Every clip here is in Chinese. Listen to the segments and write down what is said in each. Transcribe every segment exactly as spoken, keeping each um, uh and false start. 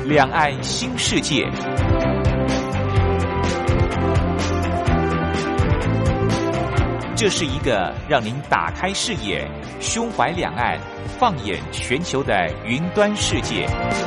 两岸新世界。这是一个让您打开视野、胸怀两岸、放眼全球的云端世界。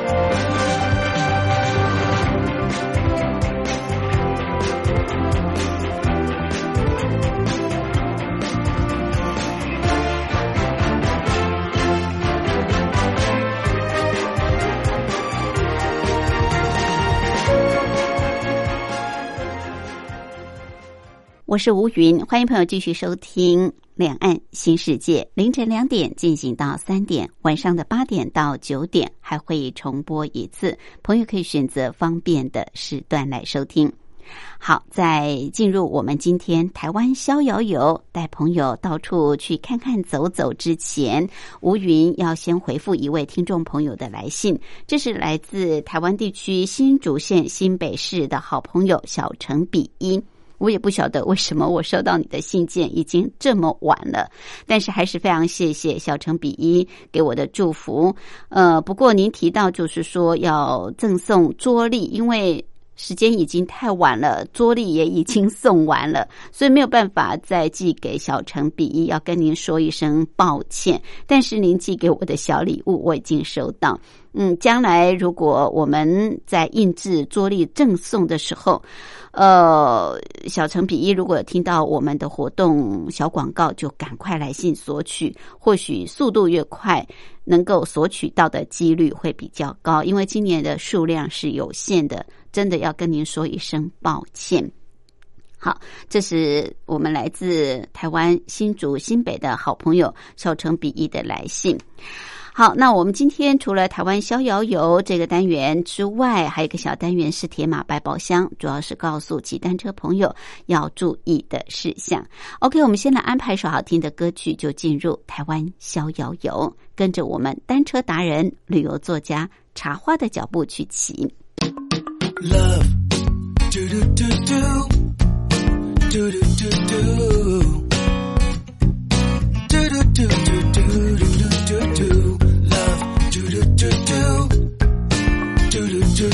我是吴云，欢迎朋友继续收听两岸新世界，凌晨两点进行到三点，晚上的八点到九点还会重播一次，朋友可以选择方便的时段来收听。好，在进入我们今天台湾逍遥游，带朋友到处去看看走走之前，吴云要先回复一位听众朋友的来信，这是来自台湾地区新竹县新北市的好朋友小陈比一。我也不晓得为什么我收到你的信件已经这么晚了，但是还是非常谢谢小陈比一给我的祝福。呃，不过您提到就是说要赠送桌历，因为时间已经太晚了，桌历也已经送完了，所以没有办法再寄给小陈比一，要跟您说一声抱歉。但是您寄给我的小礼物我已经收到。嗯，将来如果我们在印制桌历赠送的时候，呃，小陈比一如果听到我们的活动小广告，就赶快来信索取，或许速度越快，能够索取到的几率会比较高，因为今年的数量是有限的，真的要跟您说一声抱歉。好，这是我们来自台湾新竹新北的好朋友小陈比一的来信。好，那我们今天除了台湾逍遥游这个单元之外，还有一个小单元是铁马百宝箱，主要是告诉骑单车朋友要注意的事项。 OK， 我们先来安排一首好听的歌曲，就进入台湾逍遥游，跟着我们单车达人、旅游作家茶花的脚步去骑。 Love do do do do do do do do do do do do do do do Do do do do do do do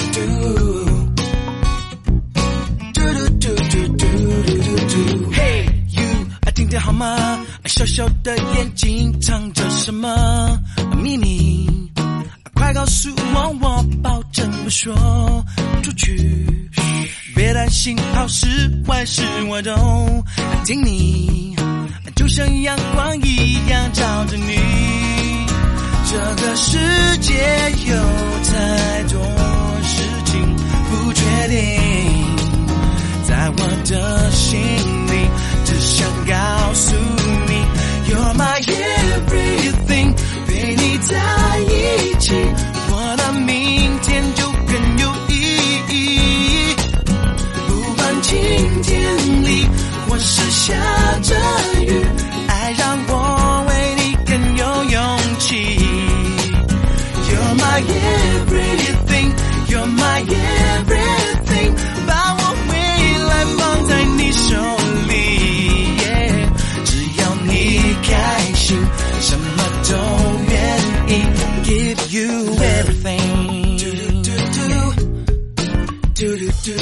do do do do do do Hey you， 听得好吗？小小的眼睛藏着什么秘密？快告诉我，我保证不说出去。别担心，好事坏事我都听你，就像阳光一样照着你。这个世界有太多事情不确定，在我的心里只想告诉你 You're my everything， 陪你在一起，我的明天就更有意义。不管晴天里或是下着雨，爱让我为你更有勇气。You're my everything, you're my everything， 把我未来放在你手里 yeah， 只要你开心，什么都愿意 give you everything。 Do do do do do do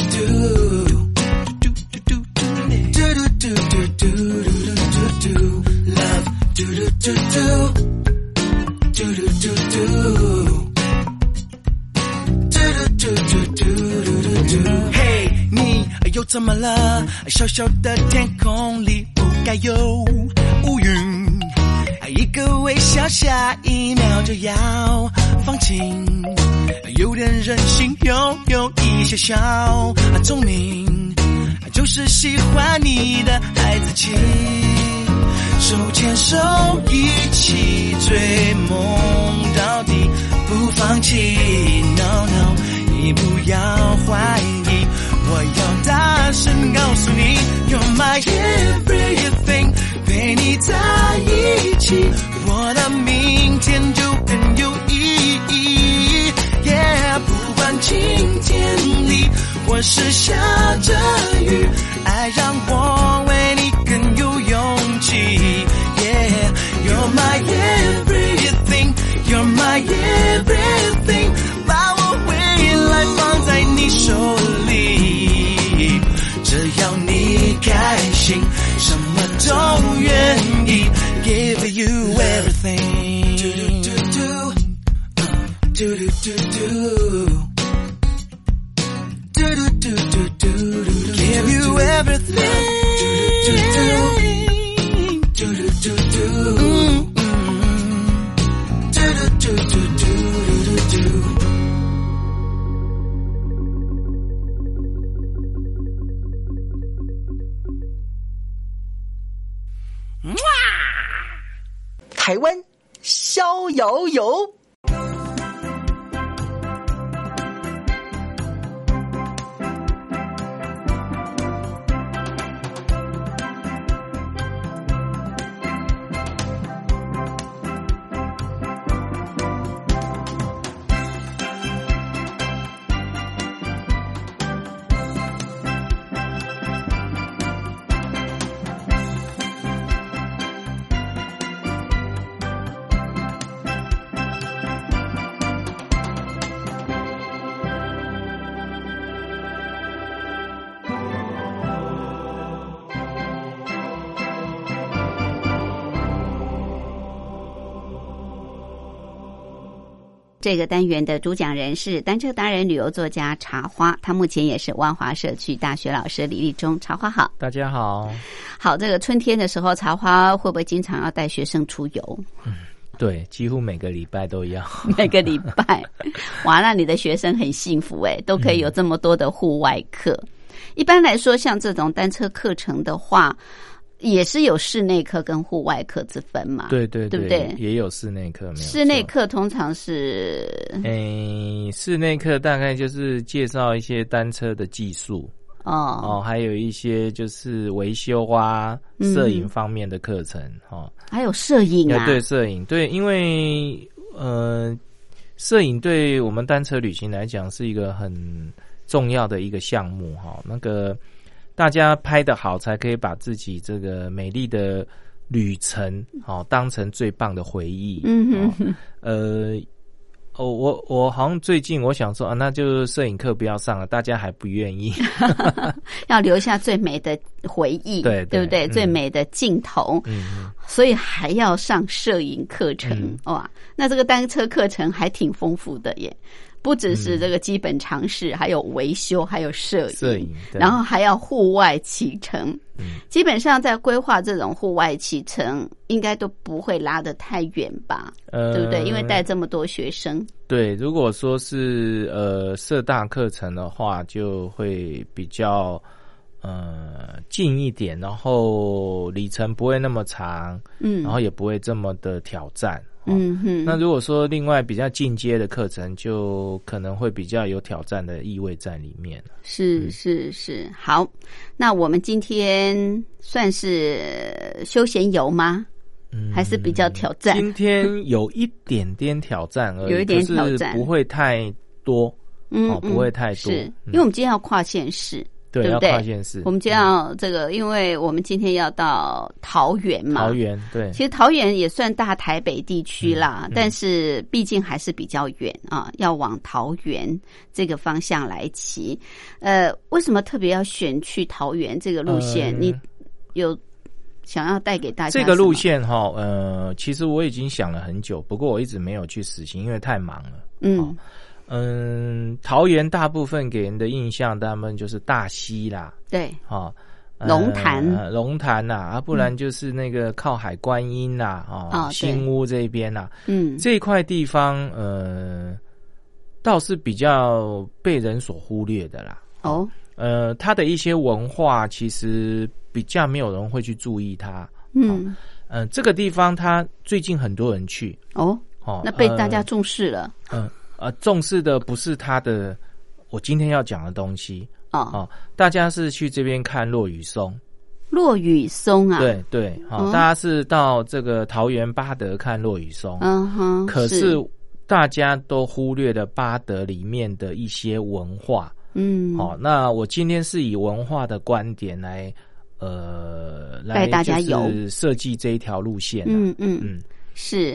do do do do love do do do do do do do do Hey， 你又怎么了？小小的天空里不该有乌云，一个微笑，下一秒就要放晴。有点任性，又有一些小聪明，就是喜欢你的孩子气。手牵手一起追梦到底，不放弃 No no， 你不要怀疑，我要大声告诉你 You're my everything， 陪你在一起，我的明天就更有意义 Yeah， 不管晴天里或是下着雨，爱让我为你更有勇气 Yeah， You're my everything， You're my everything， 把我未 do do do do. Do do do do do do. Give you everything. Do do do do. Do do do do. Do do do do do do do. 台湾逍遥游。 这个单元的主讲人是单车达人、旅游作家茶花，他目前也是万华社区大学老师李立忠。茶花好。 大家好。 好，这个春天的时候，茶花会不会经常要带学生出游？ 嗯，对，几乎每个礼拜都要。 每个礼拜，哇，那你的学生很幸福诶，都可以有这么多的户外课。嗯、一般来说，像这种单车课程的话，也是有室内课跟户外课之分嘛？ 对对 对, 对不对？ 也有室内课，没有错。 室内课通常是， 诶，室内课大概就是介绍一些单车的技术哦哦，还有一些就是维修啊、嗯、摄影方面的课程哦。 还有摄影啊？ 对，摄影对，因为呃，摄影对我们单车旅行来讲是一个很重要的一个项目哈。那个。大家拍得好，才可以把自己这个美丽的旅程，哦，当成最棒的回忆。嗯哼，呃，哦，我我好像最近我想说啊，那就摄影课不要上了，大家还不愿意， 要留下最美的回忆，对 对, 对不对？嗯、最美的镜头，嗯，所以还要上摄影课程、嗯、哇，那这个单车课程还挺丰富的耶。不只是这个基本常识、嗯、还有维修，还有摄影，摄影然后还要户外启程、嗯、基本上在规划这种户外启程应该都不会拉得太远吧、呃、对不对？因为带这么多学生。 对，如果说是呃社大课程的话，就会比较呃近一点，然后里程不会那么长，嗯，然后也不会这么的挑战。嗯哼，那如果说另外比较进阶的课程，就可能会比较有挑战的意味在里面。 是是是，好，那我们今天算是休闲游吗？嗯，还是比较挑战？ 今天有一点点挑战而已， 有一点挑战， 不会太多，嗯，哦，不会太多， 是因为我们今天要跨县市。 对， 对不对？ 要跨县市。 我们就要这个，因为我们今天要到桃园嘛。 桃园，对。 其实桃园也算大台北地区啦，嗯嗯、但是毕竟还是比较远啊，要往桃园这个方向来骑。呃，为什么特别要选去桃园这个路线？呃、你有想要带给大家这个路线哈？呃，其实我已经想了很久，不过我一直没有去实行，因为太忙了。嗯。哦嗯，桃园大部分给人的印象，他们就是大溪啦， 对， 哦， 龙潭， 呃、龙潭呐、啊，啊，不然就是那个靠海观音呐、啊，哦，哦新屋这边呐、啊，嗯，这一块地方，呃，倒是比较被人所忽略的啦。哦，呃，它的一些文化其实比较没有人会去注意它。嗯，嗯、呃，这个地方它最近很多人去。 哦，哦，那被大家重视了。 嗯。呃呃，重视的不是他的我今天要讲的东西哦，哦，大家是去这边看落羽松。 落羽松啊？ 对对，好、哦，大家是到这个桃园八德看落羽松。嗯哼，可是大家都忽略了八德里面的一些文化。嗯，好、哦，那我今天是以文化的观点来，呃，来带大家游设计这一条路线、啊。 嗯嗯嗯，是。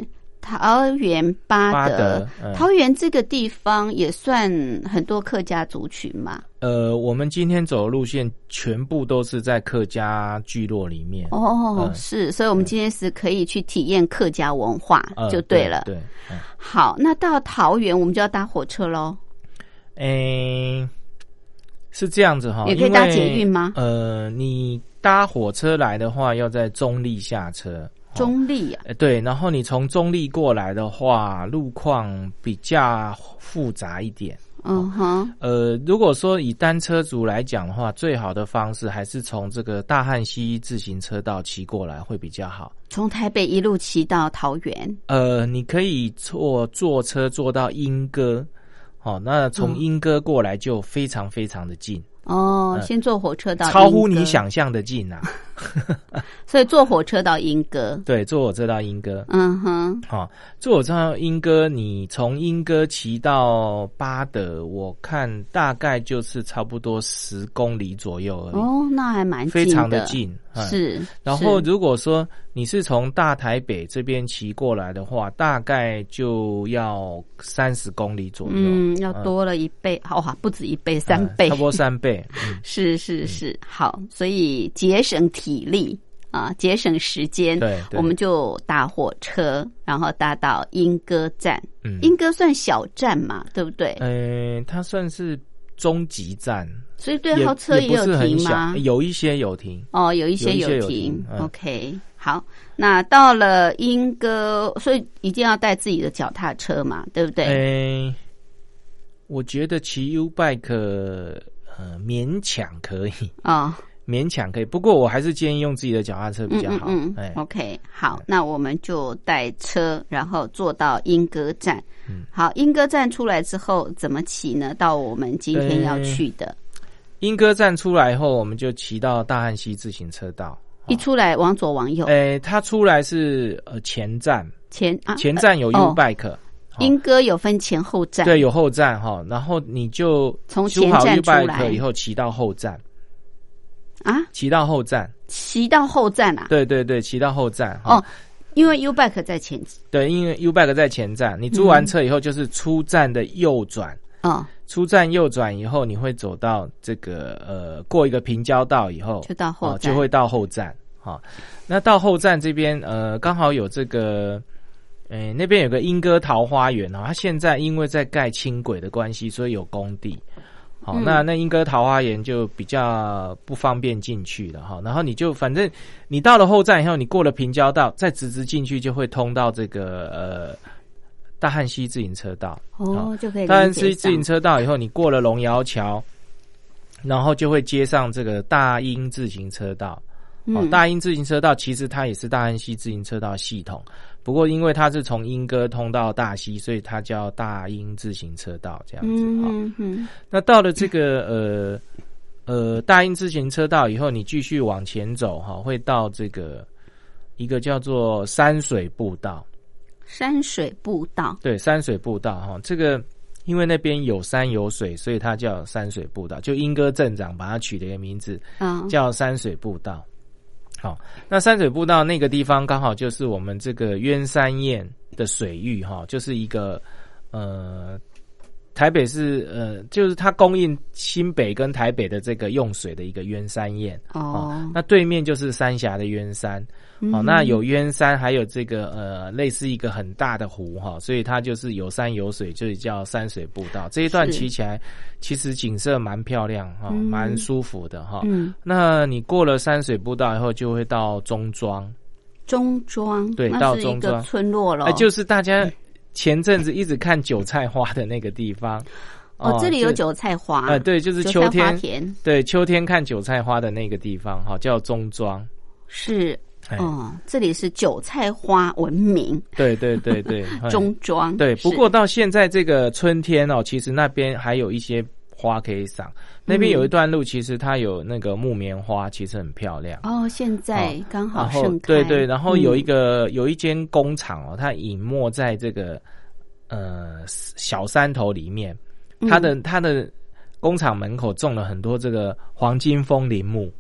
桃园八德， 八德嗯、 桃园这个地方也算很多客家族群嘛。 呃，我们今天走的路线全部都是在客家聚落里面。 哦， 嗯、 是，所以我们今天是可以去体验客家文化， 嗯、 就对了。 对，对嗯、 好，那到桃园我们就要搭火车咯。 诶，是这样子哈， 也可以搭捷运吗？ 呃，你搭火车来的话，要在中立下车。 中立啊， 对，然后你从中立过来的话，路况比较复杂一点。 嗯哼， 呃，如果说以单车族来讲的话，最好的方式还是从这个大汉溪自行车道骑过来会比较好。 从台北一路骑到桃园。 呃，你可以坐坐车坐到莺歌，好、哦，那从莺歌过来就非常非常的近。 哦， 嗯、 先坐火车到莺歌， 超乎你想象的近啊！ 所以坐火车到莺歌， 对，坐火车到莺歌， 嗯哼， 好、哦，坐火车到莺歌，你从莺歌骑到八德，我看大概就是差不多十公里左右而已。 哦，那还蛮近的， 非常的近，嗯、 是。 然后如果说你是从大台北这边骑过来的话，大概就要三十公里左右， 嗯，要多了一倍，嗯、哇，不止一倍，三倍， 嗯、差不多三倍。嗯、 是是是，嗯、好，所以节省体力啊，节省时间， 对， 我们就搭火车，然后搭到莺歌站。 嗯， 莺歌算小站嘛，对不对？ 呃，它算是中级站。 所以对号车也有停吗？ 有一些有停哦，有一些有停。 有停嗯、 OK， 好，那到了莺歌，所以一定要带自己的脚踏车嘛，对不对？ 诶，我觉得骑 U-Bike 呃勉强可以哦， 勉强可以，不过我还是建议用自己的脚踏车比较好。 嗯嗯嗯 OK， 好，那我们就带车，然后坐到莺歌站。嗯，好，莺歌站出来之后怎么骑呢？到我们今天要去的。 莺歌站出来后，我们就骑到大汉溪自行车道。 一出来往左往右。 诶，它出来是呃前站， 前啊前站有 U-Bike。 莺歌有分前后站， 对，有后站哈，然后你就从前站出来以后骑到后站啊， 骑到后站， 骑到后站啊？ 对对对，骑到后站哦，因为 U-Bike 在前， 对，因为 U-Bike 在前站，你租完车以后就是出站的右转， 哦、嗯， 出站右转以后，你会走到这个呃过一个平交道以后， 就到后站， 哦、就会到后站，哈、哦，那到后站这边呃刚好有这个。诶，那边有个莺歌桃花源哦，它现在因为在盖轻轨的关系，所以有工地。好、哦嗯，那那莺歌桃花源就比较不方便进去了哈。然后你就反正你到了后站以后，你过了平交道，再直直进去就会通到这个呃大汉溪自行车道。 哦，就可以。 大汉溪自行车道以后，你过了龙窑桥，然后就会接上这个大英自行车道。哦，大英自行车道其实它也是大汉溪自行车道系统，不过因为它是从莺歌通到大溪，所以它叫大英自行车道这样子。嗯嗯。那到了这个呃呃大英自行车道以后，你继续往前走哈，会到这个一个叫做山水步道。 山水步道。对， 山水步道哈，这个因为那边有山有水，所以它叫山水步道。就莺歌镇长把它取了一个名字，嗯，叫山水步道。好，那山水步道那个地方刚好就是我们这个鸢山堰的水域哈，就是一个呃台北市呃就是它供应新北跟台北的这个用水的一个鸢山堰哦、呃，那对面就是三峡的鸢山。好、哦，那有鸢山，还有这个呃类似一个很大的湖哈，所以它就是有山有水，就叫山水步道。这一段骑起来其实景色蛮漂亮哈，蛮、嗯、舒服的哈。嗯，那你过了山水步道以后，就会到中庄。 中庄， 对，到中庄村落了、 呃，就是大家前阵子一直看韭菜花的那个地方。 哦，哦这里有韭菜花。 呃，对，就是秋天， 田对，秋天看韭菜花的那个地方哈，叫中庄。 是。哦，这里是韭菜花闻名， 对对对对， 中庄对。不过到现在这个春天哦，其实那边还有一些花可以赏。那边有一段路，其实它有那个木棉花，其实很漂亮。 哦，现在刚好盛开。 对对，然后有一个、嗯、有一间工厂哦，它隐没在这个呃小山头里面，它的、嗯、它的工厂门口种了很多这个黄金风铃木。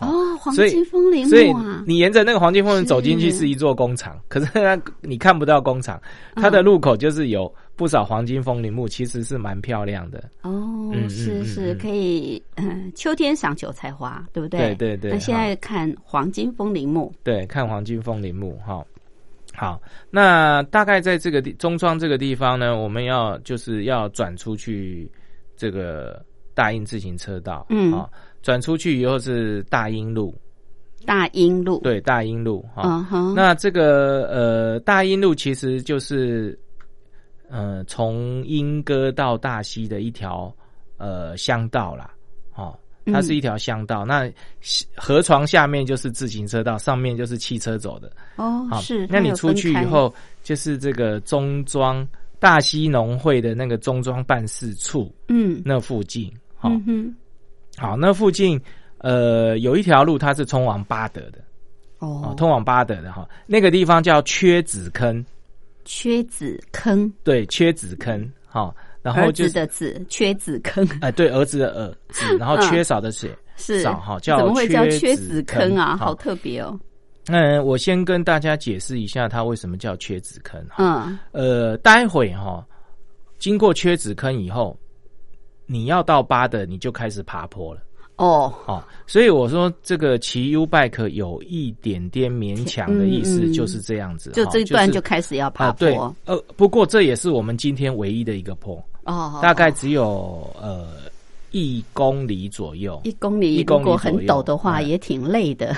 哦，黄金枫林木啊， 所以你沿着那个黄金枫林走进去是一座工厂，可是它你看不到工厂，它的路口就是有不少黄金枫林木，其实是蛮漂亮的。 哦， 嗯是是， 嗯嗯可以，嗯，秋天赏韭菜花，对不对？ 对对对。 那现在看黄金枫林木， 对，看黄金枫林木哈。好，那大概在这个地中庄这个地方呢，我们要就是要转出去这个大英自行车道，嗯，啊，转出去以后是大英路， 大英路， 对，大英路哈。 嗯哼， 那这个呃大英路其实就是呃从莺歌到大溪的一条呃乡道啦，哦。它是一条乡道，嗯、那河床下面就是自行车道，上面就是汽车走的。 哦，是。 那你出去以后，就是这个中庄大溪农会的那个中庄办事处，嗯，那附近，好、嗯哼，好，那附近呃有一条路，它是通往八德的，哦，通往八德的哈，那个地方叫缺子坑， 缺子坑， 对，缺子坑，好。然后就是、 儿子的子，缺子坑。 哎、呃，对，儿子的儿子，然后缺少的血、嗯、 是少哈，叫怎么会叫缺子坑坑啊？好特别哦。 嗯，我先跟大家解释一下，它为什么叫缺子坑。嗯，呃，待会哈，经过缺子坑以后，你要到八的，你就开始爬坡了。哦，哦，所以我说这个骑 U bike 有一点点勉强的意思，就是这样子。 嗯嗯、就这一段就开始要爬坡。 就是呃、对，呃，不过这也是我们今天唯一的一个坡。哦，大概只有呃一公里左右。一公里，如果很陡的话，也挺累的。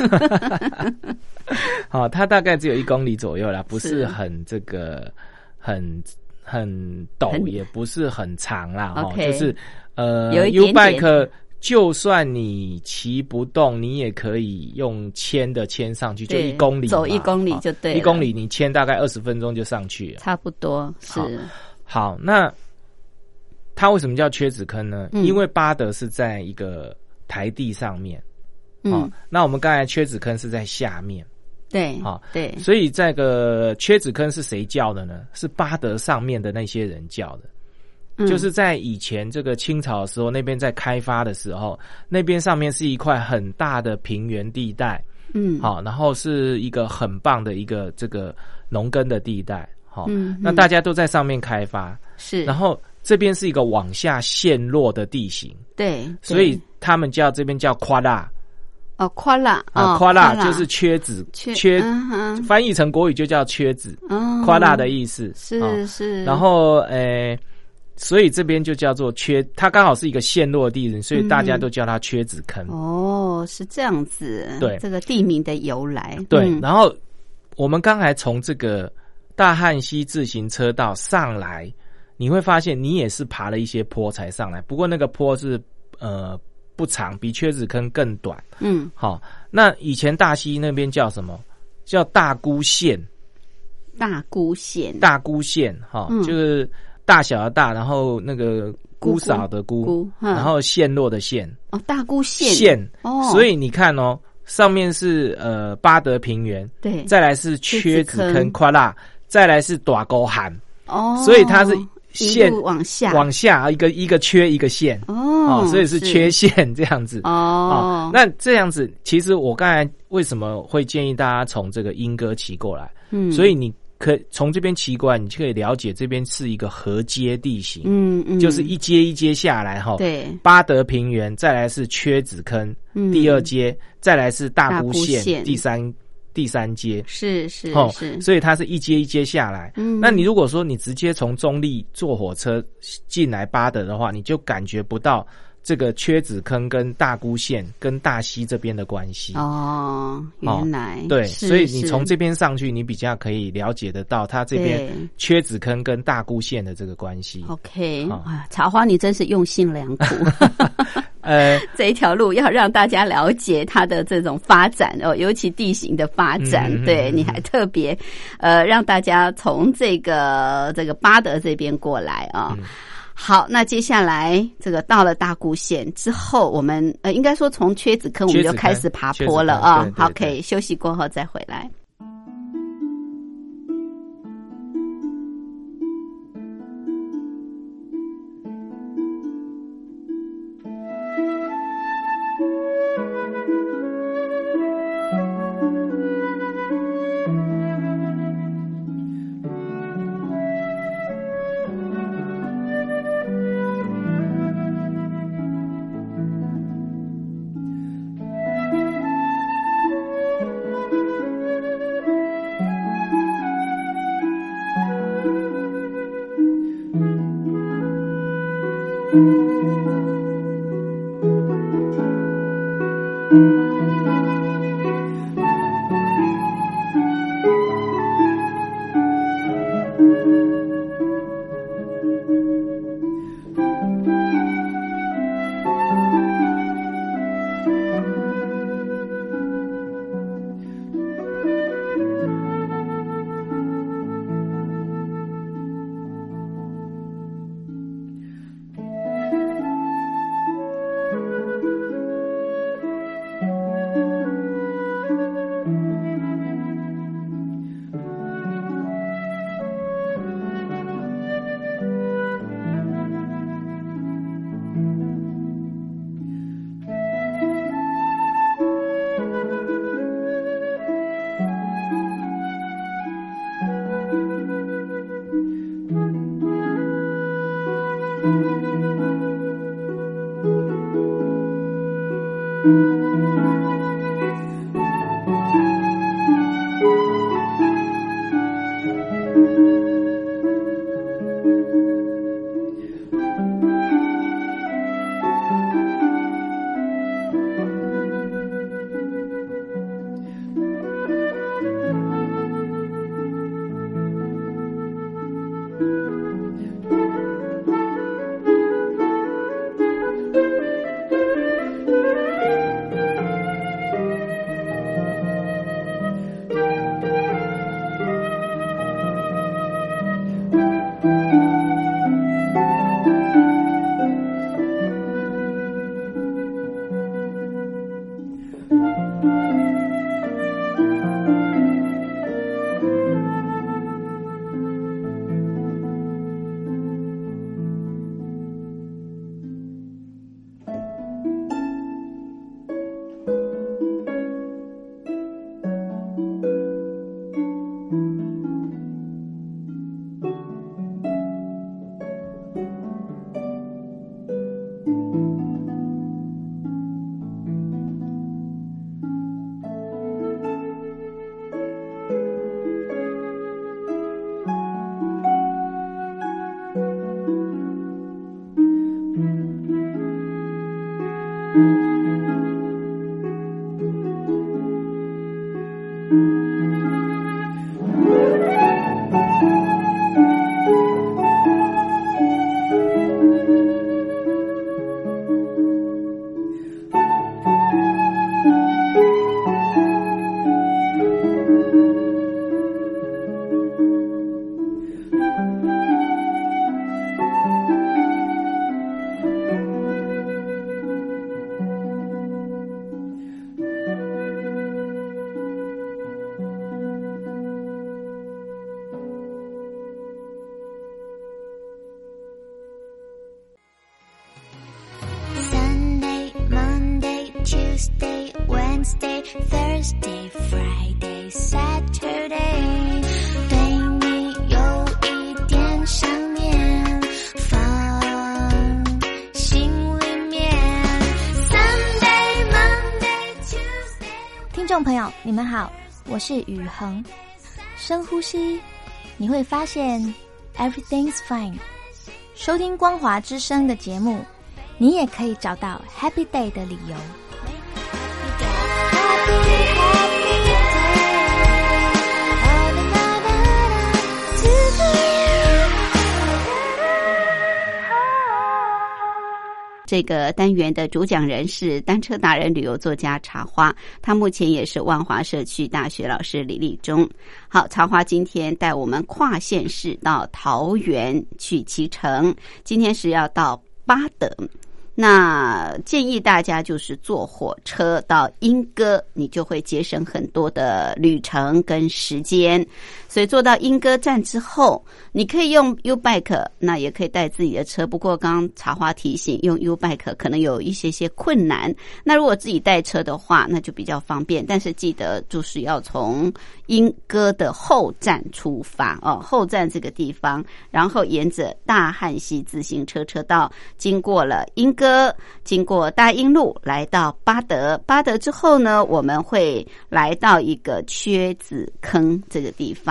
好，它大概只有一公里左右啦，不是很这个很很陡，也不是很长啦。哈、okay ，就是呃有一点点 U bike。就算你骑不动，你也可以用牵的牵上去，就一公里嘛， 走一公里就对了。 一公里你牵大概二十分钟就上去了， 差不多是。 好，好那它为什么叫缺子坑呢？嗯、因为八德是在一个台地上面，嗯、哦，那我们刚才缺子坑是在下面， 对， 好、哦， 对， 所以这个缺子坑是谁叫的呢？是八德上面的那些人叫的。就是在以前这个清朝的时候，那边在开发的时候，那边上面是一块很大的平原地带，嗯，好，然后是一个很棒的一个这个农耕的地带，好，嗯，那大家都在上面开发， 是， 然后这边是一个往下陷落的地形， 对， 所以他们叫这边叫夸拉。 哦，夸拉啊，夸拉就是缺子，缺、嗯、翻译成国语就叫缺子，嗯，夸拉的意思是、哦、是， 然后呃。所以这边就叫做缺，它刚好是一个陷落的地形，所以大家都叫它缺子坑。 嗯、哦，是这样子。 对， 这个地名的由来。 对， 嗯、 然后我们刚才从这个大汉溪自行车道上来，你会发现你也是爬了一些坡才上来，不过那个坡是呃不长，比缺子坑更短。嗯，好，那以前大溪那边叫什么？叫大沽县。 大沽县。 大沽县，哈、嗯，就是。大小的大，然后那个姑嫂的姑，姑然后陷落的陷。 哦，大沽县。 县。哦，所以你看哦，上面是呃八德平原， 对， 再来是缺子坑夸拉，再来是大沟涵。 哦， 所以它是县往下， 往下一个一个缺一个县。哦，哦所以是缺县这样子。哦, 哦，那这样子，其实我刚才为什么会建议大家从这个莺歌骑过来？嗯，所以你。可从这边骑过来，你就可以了解这边是一个河阶地形，嗯嗯，就是一阶一阶下来哈， 对， 八德平原，再来是缺子坑，嗯，第二阶，再来是大沽县，第三第三阶， 是是哦是， 所以它是一阶一阶下来。嗯，那你如果说你直接从中立坐火车进来八德的话，你就感觉不到。这个缺子坑跟大沽县跟大溪这边的关系哦，原来、 哦、对，所以你从这边上去，你比较可以了解得到它这边缺子坑跟大沽县的这个关系。 OK，、哦、茶花你真是用心良苦。呃，这一条路要让大家了解它的这种发展哦，尤其地形的发展，嗯、对，你还特别呃让大家从这个这个八德这边过来啊。嗯好，那接下来这个到了大沽县之后，我们呃应该说从缺子坑我们就开始爬坡了啊。好，可以休息过后再回来。 Tuesday, Wednesday, Thursday, Friday, Saturday， 对你有一点想念，放心里面。Sunday, Monday, Tuesday。听众朋友，你们好，我是雨恒。深呼吸，你会发现 everything's fine。收听光华之声的节目，你也可以找到 Happy Day 的理由。 这个单元的主讲人是单车达人、旅游作家茶花，他目前也是万华社区大学老师李立忠。好，茶花今天带我们跨县市到桃园去骑乘，今天是要到八德。那建议大家就是坐火车到莺歌，你就会节省很多的旅程跟时间。所以坐到莺歌站之后，你可以用 U-Bike， 那也可以带自己的车。不过刚刚茶花提醒，用 U-Bike 可能有一些些困难。那如果自己带车的话，那就比较方便。但是记得就是要从莺歌的后站出发哦，后站这个地方，然后沿着大汉溪自行车车道，经过了莺歌，经过大英路，来到八德。八德之后呢，我们会来到一个缺子坑这个地方。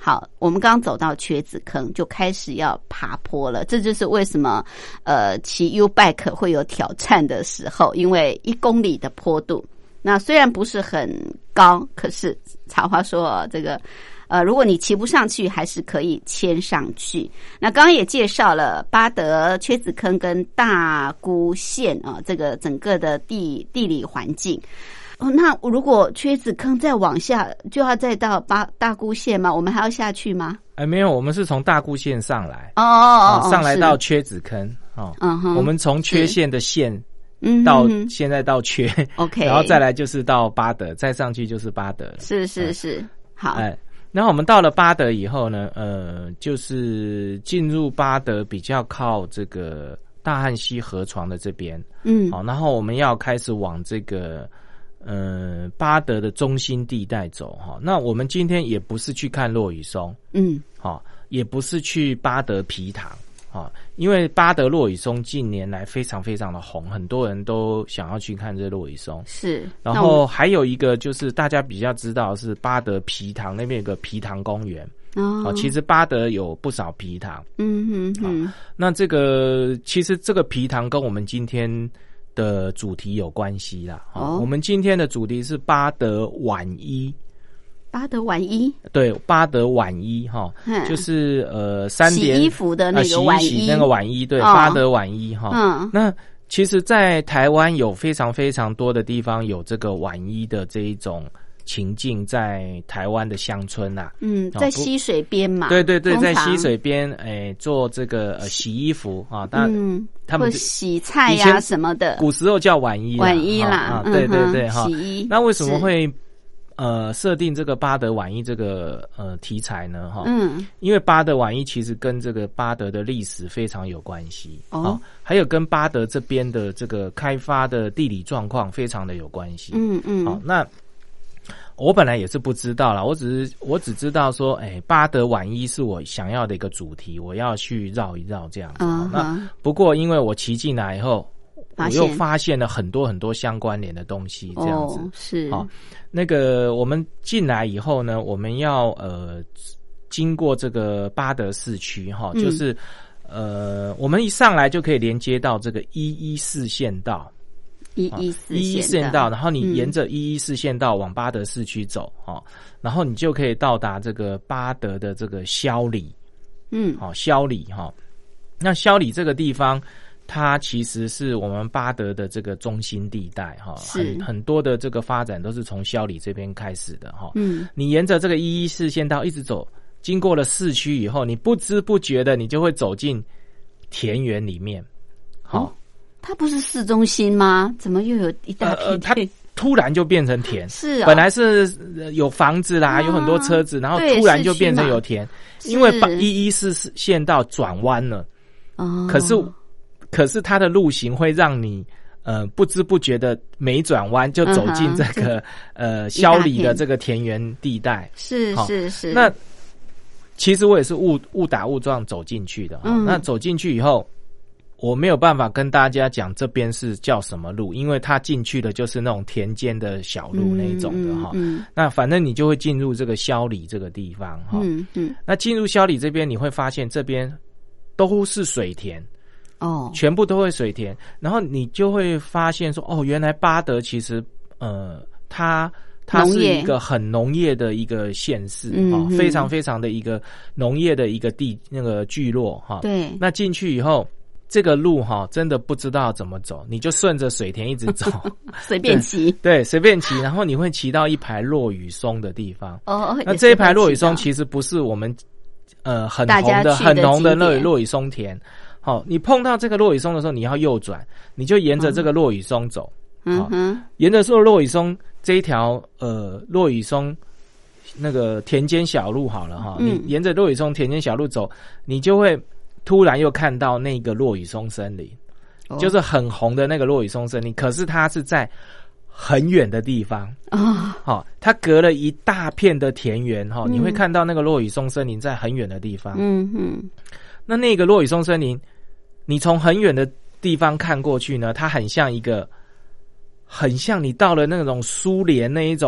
好，我们刚刚走到瘸子坑，就开始要爬坡了。这就是为什么呃骑 U bike 会有挑战的时候，因为一公里的坡度，那虽然不是很高，可是茶花说这个呃，如果你骑不上去，还是可以牵上去。那刚刚也介绍了八德、瘸子坑跟大沽县啊，这个整个的地地理环境。哦，那如果瘸子坑再往下，就要再到八大沽县吗？我们还要下去吗？ 哎，没有，我们是从大沽县上来， 哦哦哦， 上来到瘸子坑哦。 嗯哼， 我们从缺县的县到现在到缺 ，OK， 然后再来就是到八德，再上去就是八德了。 是是是，嗯、好。 哎，然后我们到了八德以后呢，呃，就是进入八德比较靠这个大汉溪河床的这边，嗯，好，然后我们要开始往这个。呃，八德的中心地带走哈，那我们今天也不是去看落羽松，嗯，好，也不是去八德皮塘，啊，因为八德落羽松近年来非常非常的红，很多人都想要去看这落羽松。是，然后还有一个就是大家比较知道的是八德皮塘那边有个皮塘公园。哦，其实八德有不少皮塘，嗯哼哼。那这个其实这个皮塘跟我们今天的主题有关系啦。哦，我们今天的主题是八德晚衣。 八德晚衣， 对，八德晚衣哈，就是呃三点洗衣服的那个晚衣， 呃、洗洗那个晚衣，对，哦、八德晚衣哈。嗯，那其实，在台湾有非常非常多的地方有这个晚衣的这一种情境，在台湾的乡村呐、啊， 嗯，在溪水边嘛， 对对对，在溪水边，哎，做这个呃洗衣服啊，当然、嗯、他们洗菜呀、啊、什么的， 古时候叫晚衣， 晚衣啦， 啊，嗯、对对对哈， 洗衣。 那为什么会？呃，设定这个八德晚衣这个呃题材呢，哈，嗯，因为八德晚衣其实跟这个八德的历史非常有关系，哦，还有跟八德这边的这个开发的地理状况非常的有关系，嗯嗯，好，那我本来也是不知道啦，我只是我只知道说，哎，八德晚衣是我想要的一个主题，我要去绕一绕这样子，嗯、那不过因为我骑进来以后。我又发现了很多很多相关联的东西，这样子、哦、 是好。那个我们进来以后呢，我们要呃经过这个八德市区哈，嗯、就是呃我们一上来就可以连接到这个一一四县道， 一一四一一四县道，然后你沿着一一四县道往八德市区走哈、嗯，然后你就可以到达这个八德的这个霄里，嗯，好霄里哈。那霄里这个地方。它其实是我们八德的这个中心地带哈，很很多的这个发展都是从霄里这边开始的哈。嗯，你沿着这个一一四县道一直走，经过了市区以后，你不知不觉的你就会走进田园里面。好、哦， 它不是市中心吗？怎么又有一大片、呃？ 它突然就变成田， 是、哦、 本来是有房子啦，啊、有很多车子，然后突然就变成有田，因为一一四县道转弯了。哦，可是。可是它的路型会让你呃不知不觉的每转弯就走进这个、嗯、呃霄里的这个田园地带。 是是是。 那其实我也是误误打误撞走进去的、嗯、那走进去以后，我没有办法跟大家讲这边是叫什么路，因为它进去的就是那种田间的小路那一种的哈、嗯嗯。那反正你就会进入这个霄里这个地方哈。嗯嗯。那进入霄里这边，你会发现这边都是水田。哦，全部都会水田，然后你就会发现说，哦，原来八德其实，呃，它它是一个很农业的一个县市，哦，非常非常的一个农业的一个地那个聚落哈。对，那进去以后，这个路哈，真的不知道怎么走，你就顺着水田一直走， 随便骑， 对，随便骑，然后你会骑到一排落羽松的地方。哦，那这一排落羽松其实不是我们呃很红的很红的落落羽松田。好，你碰到这个落羽松的时候，你要右转，你就沿着这个落羽松走。嗯哼，沿着说落羽松这一条呃落羽松那个田间小路好了哈、嗯，你沿着落羽松田间小路走，你就会突然又看到那个落羽松森林、哦，就是很红的那个落羽松森林，可是它是在很远的地方啊。好、哦，它隔了一大片的田园哈、哦嗯，你会看到那个落羽松森林在很远的地方。嗯哼，那那个落羽松森林。你从很远的地方看过去呢，它很像一个，很像你到了那种苏联那一种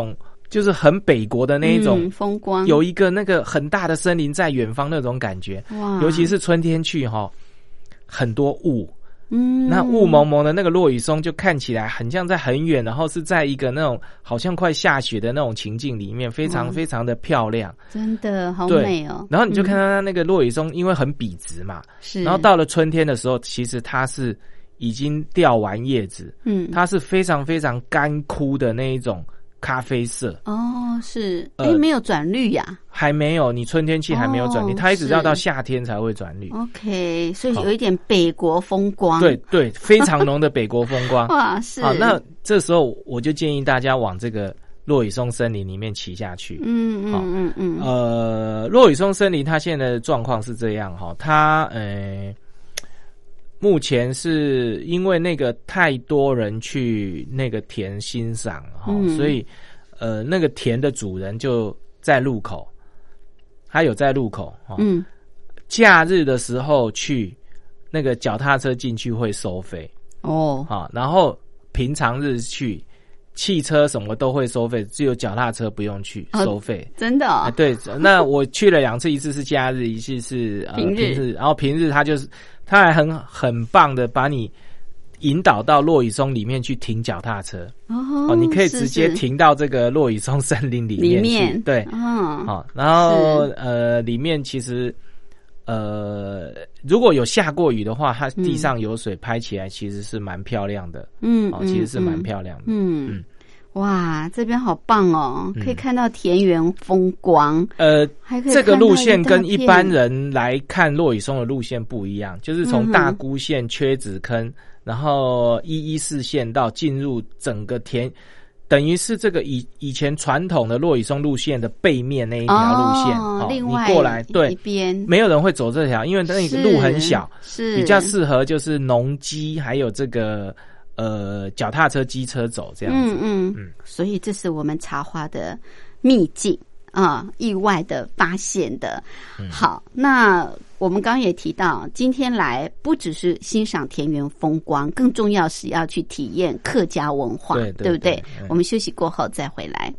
就是很北国的那一种、 嗯、风光， 有一个那个很大的森林在远方那种感觉。 哇！ 尤其是春天去哈，很多雾， 嗯， 那雾蒙蒙的那个落羽松就看起来很像在很远，然后是在一个那种好像快下雪的那种情境里面，非常非常的漂亮， 真的好对美哦。 然后你就看到它那个落羽松，因为很笔直嘛， 是， 然后到了春天的时候，其实它是已经掉完叶子， 嗯， 它是非常非常干枯的那一种咖啡色。 哦，是，哎、 呃没有转绿呀、 还没有，你春天去还没有转绿， 哦它一直要是到夏天才会转绿。 OK， 所以有一点北国风光。 对对，非常浓的北国风光。 哇，是。 好，那这时候我就建议大家往这个落羽松森林里面骑下去。 嗯好嗯嗯嗯， 呃，落羽松森林它现在的状况是这样哈，它呃。目前是因为那个太多人去那个田欣赏哈、 嗯， 所以呃那个田的主人就在路口，他有在路口哈。嗯，假日的时候去那个脚踏车进去会收费哦，好，然后平常日去汽车什么都会收费，只有脚踏车不用去收费、哦。 真的、哦啊？对，那我去了两次，一次是假日，一次是、呃、 平日， 平日，然后平日他就是他还很很棒的把你引导到落羽松里面去停脚踏车哦，哦你可以直接停到这个落羽松森林里面去， 里面对， 嗯， 好，然后呃里面其实呃如果有下过雨的话，它地上有水，拍起来其实是蛮漂亮的，嗯，哦，其实是蛮漂亮的， 嗯。嗯哇，这边好棒哦！可以看到田园风光， 呃， 还可以这个路线跟一般人来看落羽松的路线不一样，就是从大沽线、缺子坑，然后一一四线到进入整个田，等于是这个以以前传统的落羽松路线的背面那一条路线， 哦， 哦另外你过来对一边没有人会走这条，因为那个路很小， 是比较适合就是农机还有这个。呃，脚踏车、机车走这样子， 嗯嗯嗯，所以这是我们茶花的秘境啊，意外的发现的。嗯、好，那我们刚刚也提到，今天来不只是欣赏田园风光，更重要是要去体验客家文化， 对, 对, 对不对？ 对我们休息过后再回来。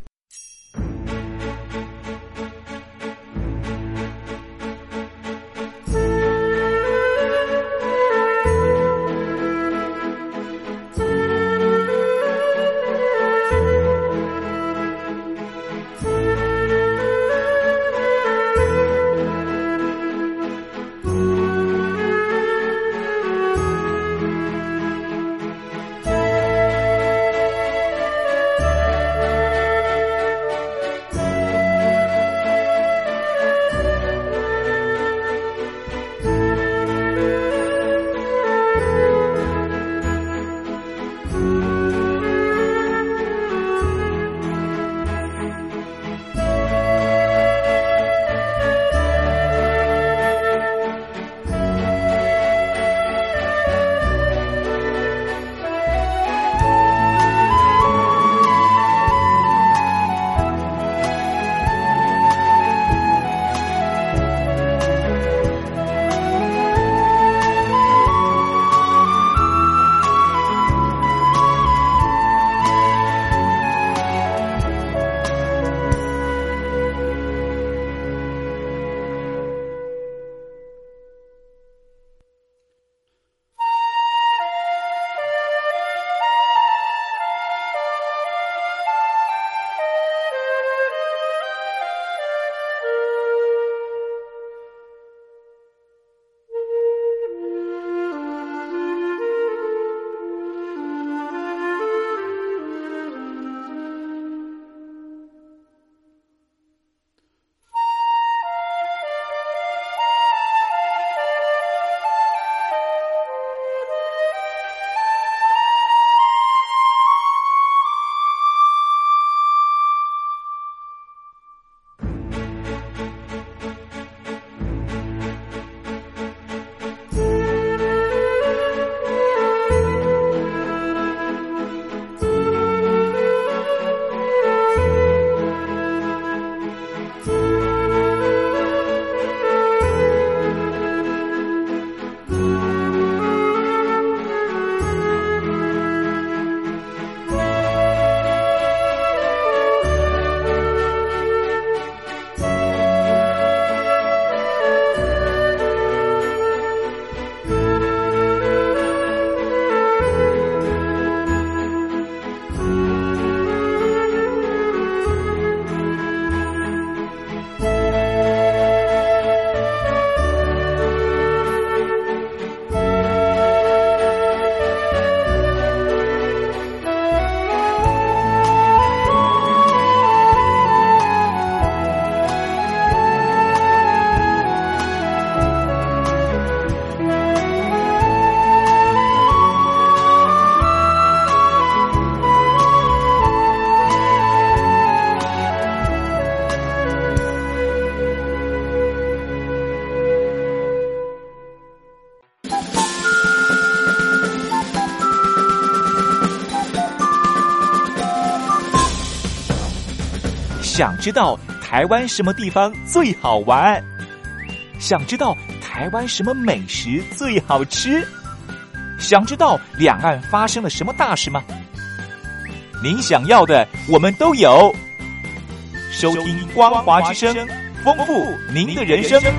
想知道台湾什么地方最好玩？想知道台湾什么美食最好吃？想知道两岸发生了什么大事吗？您想要的我们都有。收听光华之声，丰富您的人生。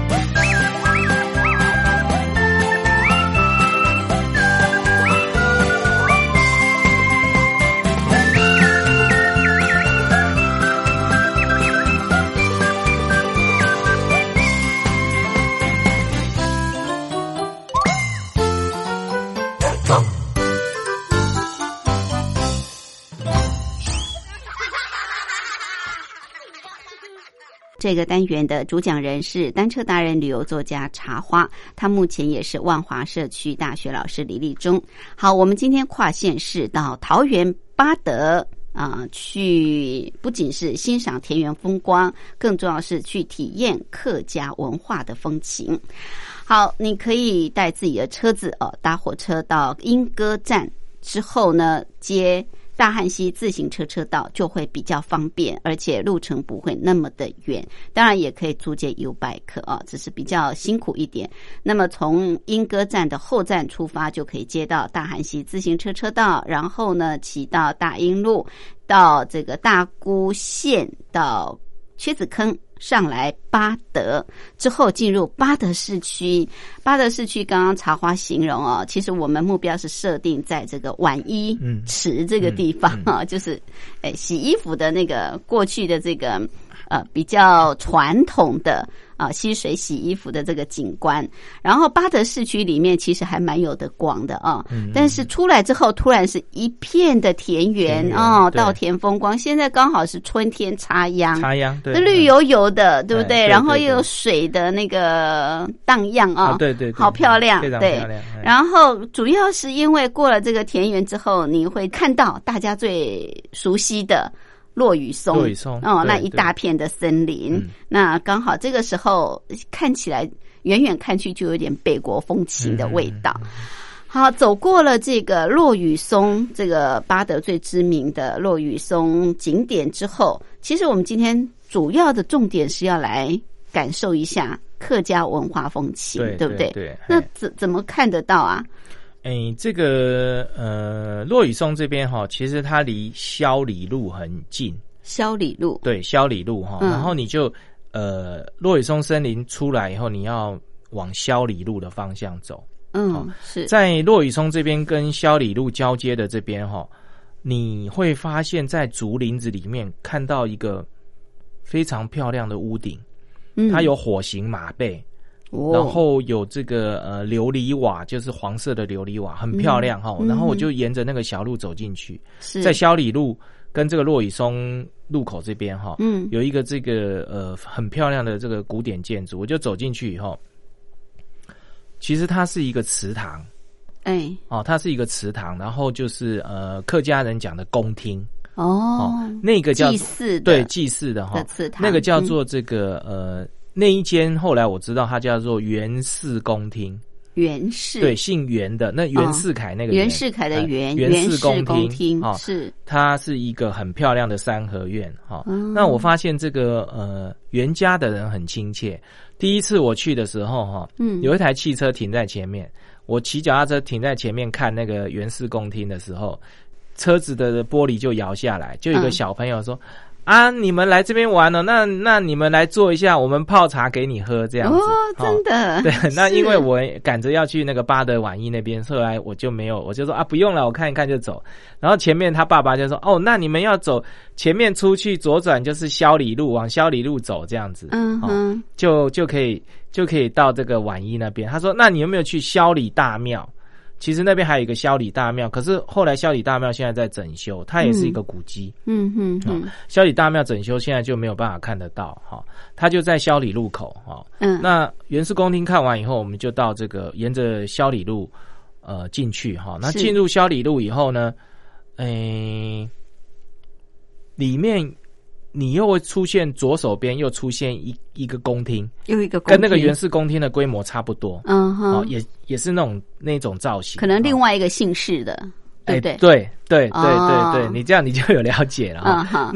这个单元的主讲人是单车达人、旅游作家茶花，他目前也是万华社区大学老师李立忠。好，我们今天跨县市到桃园八德啊、呃，去不仅是欣赏田园风光，更重要是去体验客家文化的风情。好，你可以带自己的车子哦，搭火车到莺歌站之后呢，接大汉溪自行车车道就会比较方便，而且路程不会那么的远。当然也可以租借 U-Bike 啊，只是比较辛苦一点。那么从莺歌站的后站出发，就可以接到大汉溪自行车车道，然后呢骑到大英路，到这个大沽线，到缺子坑，上来八德之后进入八德市区。八德市区刚刚茶花形容哦，其实我们目标是设定在这个浣衣池这个地方啊、嗯嗯嗯，就是诶洗衣服的那个过去的这个呃比较传统的啊溪水洗衣服的这个景观。然后八德市区里面其实还蛮有的逛的啊、嗯，但是出来之后突然是一片的田园哦，稻田风光。现在刚好是春天插秧， 插秧对， 绿油油的，对不对？ 对， 然后又有水的那个荡漾啊、哦， 对对对， 好漂亮， 非常漂亮。 然后主要是因为过了这个田园之后，你会看到大家最熟悉的落羽松， 落羽松哦，那一大片的森林，嗯、那刚好这个时候看起来远远看去就有点北国风情的味道。嗯嗯嗯好，走过了这个落羽松，这个八德最知名的落羽松景点之后，其实我们今天主要的重点是要来感受一下客家文化风情， 对, 对不对？ 对。 那怎怎么看得到啊？ 诶，这个呃，落羽松这边哈，其实它离萧里路很近。 萧里路， 对，萧里路哈、嗯，然后你就呃，落羽松森林出来以后，你要往萧里路的方向走。 嗯、哦，是在落羽松这边跟萧里路交接的这边哈，你会发现在竹林子里面看到一个非常漂亮的屋顶，嗯，它有火形马背，哦、然后有这个呃琉璃瓦，就是黄色的琉璃瓦，很漂亮哈、嗯。然后我就沿着那个小路走进去，嗯、在萧里路跟这个落羽松路口这边哈，嗯，有一个这个呃很漂亮的这个古典建筑，我就走进去以后。其实它是一个祠堂， 哎， 哦，它是一个祠堂，然后就是呃客家人讲的宫厅， 哦， 哦那个叫祭祀的， 对，祭祀的哈， 祠堂， 那个叫做这个、嗯、呃那一间后来我知道它叫做袁氏宫厅， 袁氏对，姓袁的那袁世凯那个袁世凯的袁袁氏宫厅啊、哦， 是它是一个很漂亮的三合院哈、哦嗯。那我发现这个呃袁家的人很亲切。第一次我去的时候哈，嗯，有一台汽车停在前面，我骑脚踏车停在前面看那个袁氏宫厅的时候，车子的玻璃就摇下来，就有一个小朋友说。嗯啊，你们来这边玩了，那那你们来坐一下，我们泡茶给你喝，这样子。 哦，真的。 哦、对，那因为我赶着要去那个八德浣衣那边，后来我就没有，我就说啊，不用了，我看一看就走。然后前面他爸爸就说，哦，那你们要走前面出去左转就是萧里路，往萧里路走这样子。 嗯哼， 哦、就就可以就可以到这个浣衣那边。他说，那你有没有去萧里大庙？其实那边还有一个萧里大庙，可是后来萧里大庙现在在整修，它也是一个古迹。 嗯嗯嗯， 萧里大庙整修现在就没有办法看得到哈，它就在萧里路口哈。嗯，那袁氏宫厅看完以后，我们就到这个沿着萧里路呃进去哈。那进入萧里路以后呢，诶、欸，里面。你又会出现左手边又出现一一个宫厅， 又一个宫厅， 跟那个袁氏宫厅的规模差不多。 嗯哼， 哦、也也是那种那种造型， 可能另外一个姓氏的，哦、对不对？ 对对对对对，你这样你就有了解了哈、哦。 嗯、 那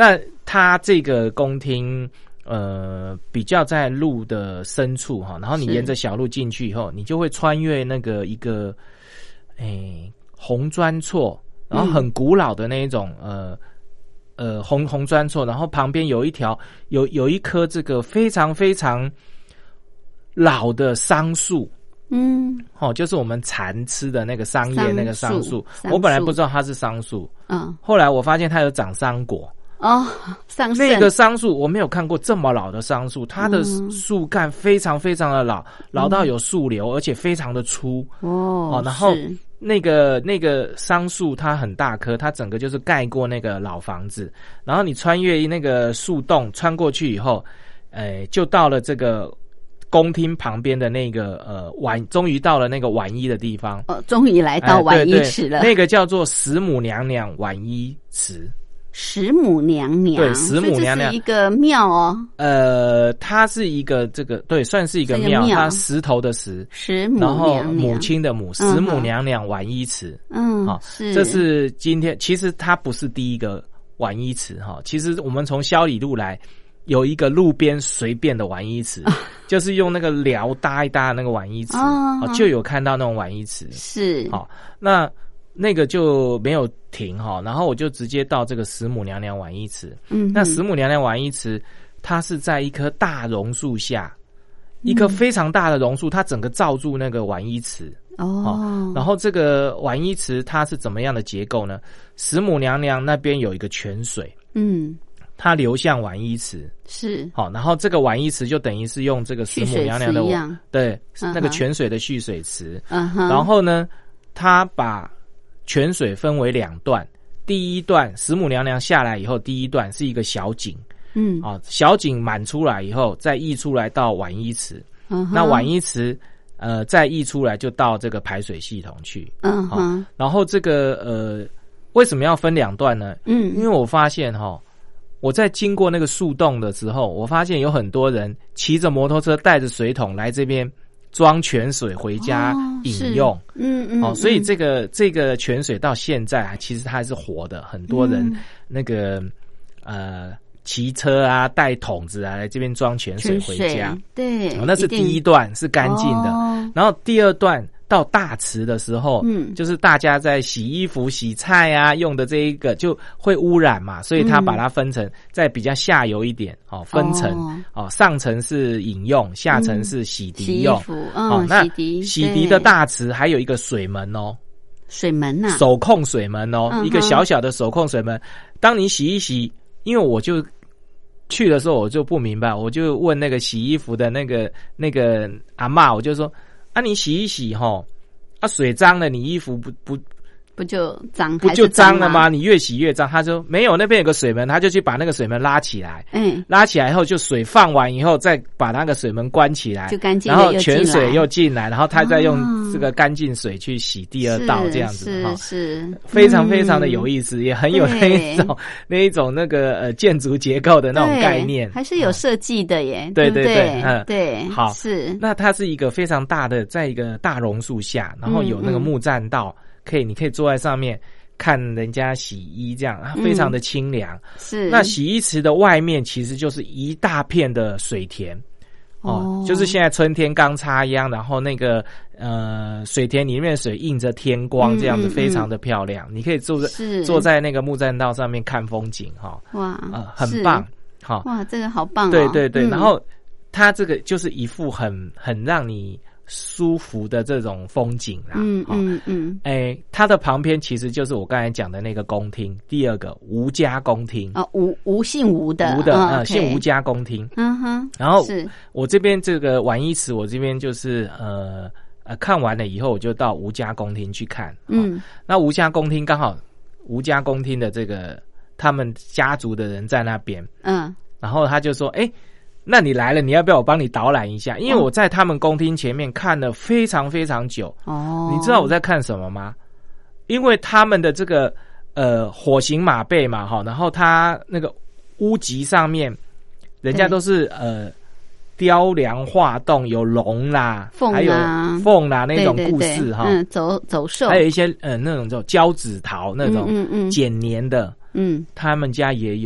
它这个宫廷呃比较在路的深处哈，然后你沿着小路进去以后，你就会穿越那个一个诶红砖厝，然后很古老的那一种、嗯、呃。呃，红红砖厝，然后旁边有一条有有一棵这个非常非常老的桑树， 嗯， 哦，就是我们蚕吃的那个桑叶那个桑树， 桑我本来不知道它是桑树， 嗯， 后来我发现它有长桑果。 哦，桑葚那个桑树我没有看过这么老的桑树，它的树干非常非常的老，嗯、老到有树瘤，而且非常的粗哦。 哦，然后那个那个桑树它很大棵，它整个就是盖过那个老房子，然后你穿越那个树洞，穿过去以后，呃，就到了这个宫厅旁边的那个呃晚，终于到了那个晚衣的地方。 哦，终于来到晚衣池了。 哎、对对那个叫做石母娘娘晚衣池。 石母娘娘， 对，石母娘娘是一个庙哦。 呃，它是一个这个对，算是一个庙，它石头的石， 石母娘娘， 然后母亲的母，石母娘娘晚衣池。 嗯， 好、哦， 是， 这是今天其实它不是第一个晚衣池哈，其实我们从萧里路来有一个路边随便的晚衣池，啊、就是用那个寮搭一搭的那个晚衣池， 哦哦、就有看到那种晚衣池。 是， 好、哦，那。那个就没有停哈，然后我就直接到这个石母娘娘晚衣池。嗯，那石母娘娘晚衣池，它是在一棵大榕树下，嗯、一棵非常大的榕树，它整个罩住那个晚衣池。哦，然后这个晚衣池它是怎么样的结构呢？石母娘娘那边有一个泉水， 嗯， 它流向晚衣池。 是， 好，然后这个晚衣池就等于是用这个石母娘娘的对、嗯、那个泉水的蓄水池。嗯哼，然后呢，它把泉水分为两段，第一段石母娘娘下来以后，第一段是一个小井，嗯，啊，小井满出来以后，再溢出来到晚衣池，嗯，那晚衣池呃再溢出来就到这个排水系统去，嗯哼、啊，然后这个呃为什么要分两段呢？嗯，因为我发现哈、哦，我在经过那个树洞的时候，我发现有很多人骑着摩托车带着水桶来这边装泉水回家饮用，哦、嗯嗯，哦，所以这个这个泉水到现在啊，其实它还是活的，很多人那个、嗯、呃骑车啊，带桶子啊来这边装泉水回家， 对、 哦，那是第一段是干净的、哦，然后第二段到大池的时候，嗯，就是大家在洗衣服、洗菜啊用的这一个就会污染嘛，所以他把它分成在比较下游一点，哦，分层，哦，上层是饮用，下层是洗涤用， 洗衣服，嗯、 哦，那洗涤洗涤的大池还有一个水门哦， 水门呐、啊， 手控水门哦、嗯，一个小小的手控水门，当你洗一洗，因为我就去的时候我就不明白，我就问那个洗衣服的那个那个阿嬷，我就说。啊，你洗一洗齁，啊，水脏了，你衣服不不不就脏， 不就脏了吗？你越洗越脏。他说没有，那边有个水门，他就去把那个水门拉起来，嗯，拉起来以后就水放完以后，再把那个水门关起来， 就干净， 然后泉水又进来，然后他再用这个干净水去洗第二道，这样子哈， 是, 是非常非常的有意思，嗯、也很有那一种那一种那个呃建筑结构的那种概念， 还是有设计的耶， 对对对对， 嗯，对， 好， 是。 那它是一个非常大的，在一个大榕树下，然后有那个木栈道。嗯嗯可以，你可以坐在上面看人家洗衣，这样啊，非常的清凉、嗯。 是。 那洗衣池的外面其实就是一大片的水田，哦，哦就是现在春天刚插秧，然后那个呃水田里面的水映着天光，这样子非常的漂亮。嗯嗯嗯你可以坐在坐在那个木栈道上面看风景，哈、哦， 哇， 呃，很棒，好、哦， 哇，这个好棒、哦， 对对对、 嗯。 然后它这个就是一幅很很让你舒服的这种风景啦， 嗯嗯嗯， 哎、欸，它的旁边其实就是我刚才讲的那个宫厅，第二个吴家宫厅哦，吴吴姓吴的吴的呃、 嗯，姓吴家宫厅， 嗯哼， 然后是我这边这个晚衣池，我这边就是呃呃看完了以后，我就到吴家宫厅去看，嗯，那吴家宫厅刚好吴家宫厅的这个他们家族的人在那边，嗯，然后他就说，哎、欸。那你来了，你要不要我帮你导览一下？因为我在他们宫厅前面看了非常非常久。哦，你知道我在看什么吗？因为他们的这个呃火刑马背嘛，哈，然后他那个屋脊上面，人家都是呃雕梁画栋，有龙啦， 凤还有凤啦那种故事哈。 嗯，走走兽， 还有一些呃那种叫交趾陶那种， 嗯嗯， 剪黏的， 嗯， 他们家也有。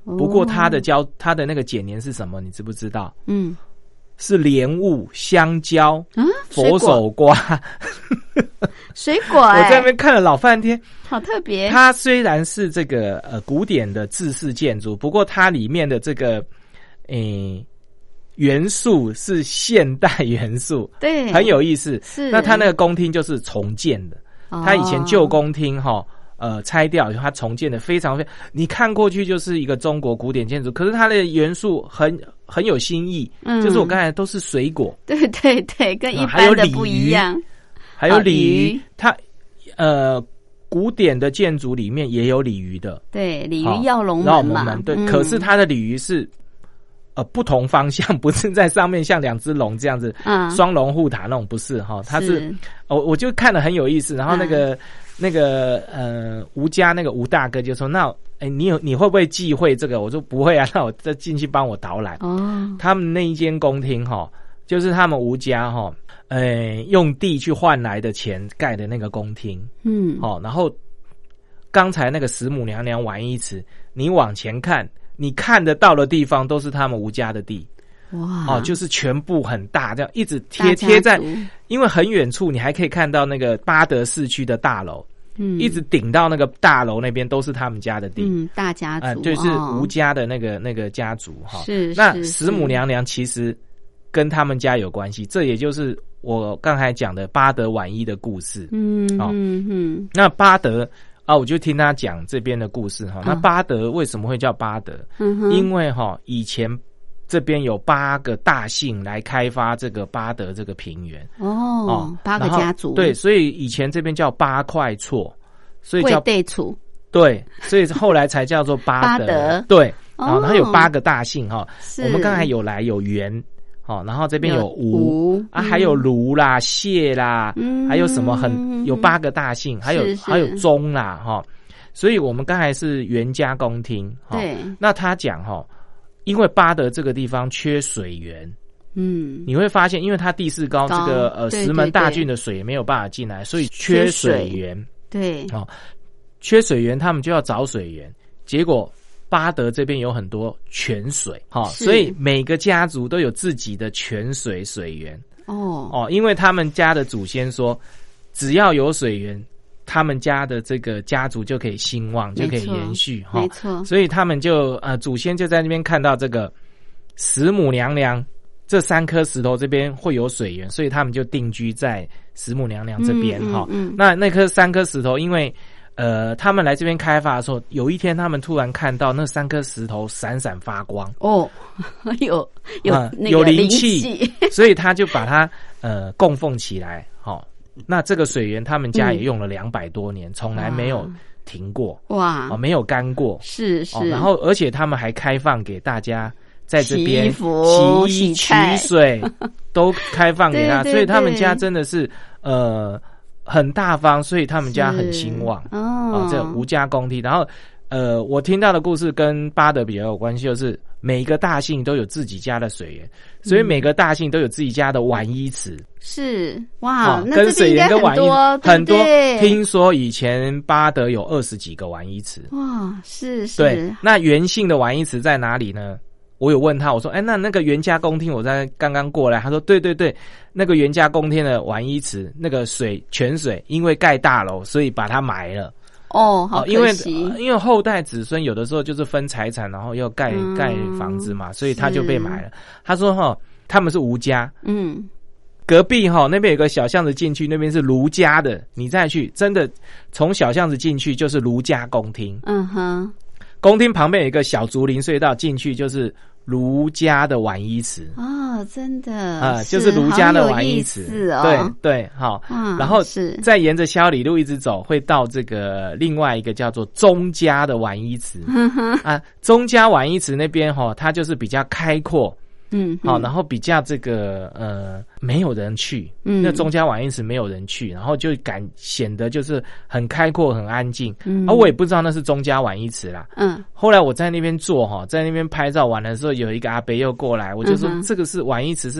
不过它的胶它的那个碱年是什么？你知不知道？ 嗯， 是莲雾、香蕉、 啊， 佛手瓜。 水果、欸， 我在那边看了老半天， 好特别。 它虽然是这个呃古典的制式建筑，不过它里面的这个诶、呃、元素是现代元素， 对， 很有意思。 是， 那它那个宫厅就是重建的， 哦、 它以前旧宫厅哈。呃，拆掉，它重建的非常非常，你看过去就是一个中国古典建筑，可是它的元素很很有新意，嗯，就是我刚才都是水果， 对对对，跟一般的不一样， 嗯、还有鲤鱼， 哦、 它呃古典的建筑里面也有鲤鱼的， 对，鲤鱼跃龙门嘛， 门对、 嗯， 可是它的鲤鱼是呃不同方向，不是在上面像两只龙这样子，嗯，双龙护塔那种不是哈，它是，我、哦、我就看了很有意思，然后那个。嗯那个呃，吴家那个吴大哥就说：“那哎，你有你会不会忌讳这个？”我说：“不会啊，那我再进去帮我导览。”哦，他们那一间宫厅哈，就是他们吴家哈，呃，用地去换来的钱盖的那个宫厅。嗯，哦，然后刚才那个十母娘娘玩一池，你往前看，你看得到的地方都是他们吴家的地。哇！哦，就是全部很大，这样一直贴贴在，因为很远处你还可以看到那个巴德市区的大楼，嗯，一直顶到那个大楼那边都是他们家的地， 嗯，大家族， 呃，就是吴家的那个、哦、那个家族哈。 是， 那十母娘娘其实跟他们家有关系，这也就是我刚才讲的巴德晚衣的故事。嗯哦、嗯嗯，那巴德啊，我就听他讲这边的故事哈。那巴德为什么会叫巴德？嗯、因为哈以前。这边有八个大姓来开发这个巴德这个平原哦, 哦，八个家族对，所以以前这边叫八块厝，所以叫对厝对，所以后来才叫做巴德, 巴德对，然后它有八个大姓哈、哦，我们刚才有来有元哦，然后这边有吴啊，还有卢啦、谢啦，嗯、还有什么很有八个大姓，还有是是还有钟啦哈、哦，所以我们刚才是袁家宫厅，哦、 对， 那他讲哈。哦因为巴德这个地方缺水源，嗯，你会发现，因为它地势高，高这个呃石门大郡的水也没有办法进来，所以缺水源。 对， 哦，缺水源，他们就要找水源。结果巴德这边有很多泉水，哈、哦，所以每个家族都有自己的泉水水源。哦哦，因为他们家的祖先说，只要有水源。他们家的这个家族就可以兴旺，就可以延续哈， 没错。 所以他们就呃祖先就在那边看到这个十母娘娘这三颗石头这边会有水源，所以他们就定居在十母娘娘这边哈、嗯嗯嗯。那那颗三颗石头，因为呃他们来这边开发的时候，有一天他们突然看到那三颗石头闪闪发光哦，有有、 呃、 那个有灵气，所以他就把它呃供奉起来，哈、哦。那这个水源，他们家也用了两百多年，从、嗯、来没有停过，哇，哦，没有干过， 是是、哦。 然后，而且他们还开放给大家在这边洗衣服、 洗衣、取水，都开放给他，对对对，所以他们家真的是呃很大方，所以他们家很兴旺哦。哦，这吴家宫厅，然后呃，我听到的故事跟巴德比较有关系，就是每个大姓都有自己家的水源，所以每个大姓都有自己家的碗衣池。 是哇、 哦，跟水源跟碗衣很多， 对对， 听说以前巴德有二十几个碗衣池。 哇，是是。 对，那袁姓的碗衣池在哪里呢？我有问他，我说，哎，那那个袁家宫厅，我在刚刚过来，他说，对对对，那个袁家宫厅的碗衣池，那个水泉水，因为盖大楼，所以把它埋了。 哦，好可惜， 因为因为后代子孙有的时候就是分财产，然后要盖、嗯、盖房子嘛，所以他就被埋了。他说哈，他们是吴家，嗯，隔壁哈那边有个小巷子进去，那边是卢家的，你再去，真的从小巷子进去就是卢家宫厅，嗯哼，宫厅旁边有一个小竹林隧道，进去就是卢家的碗衣池哦，真的啊、呃，就是卢家的碗衣池， 哦、 对对，好、嗯，然后再沿着萧里路一直走，会到这个另外一个叫做钟家的碗衣池啊，钟家碗衣池那边哈、哦，它就是比较开阔。嗯，好，然后比较这个呃没有人去，嗯，那钟家碗衣池没有人去，然后就感显得就是很开阔很安静，嗯，而我也不知道那是钟家碗衣池啦，嗯，后来我在那边坐哈，在那边拍照完的时候，有一个阿伯又过来，我就说、嗯、这个是碗衣池是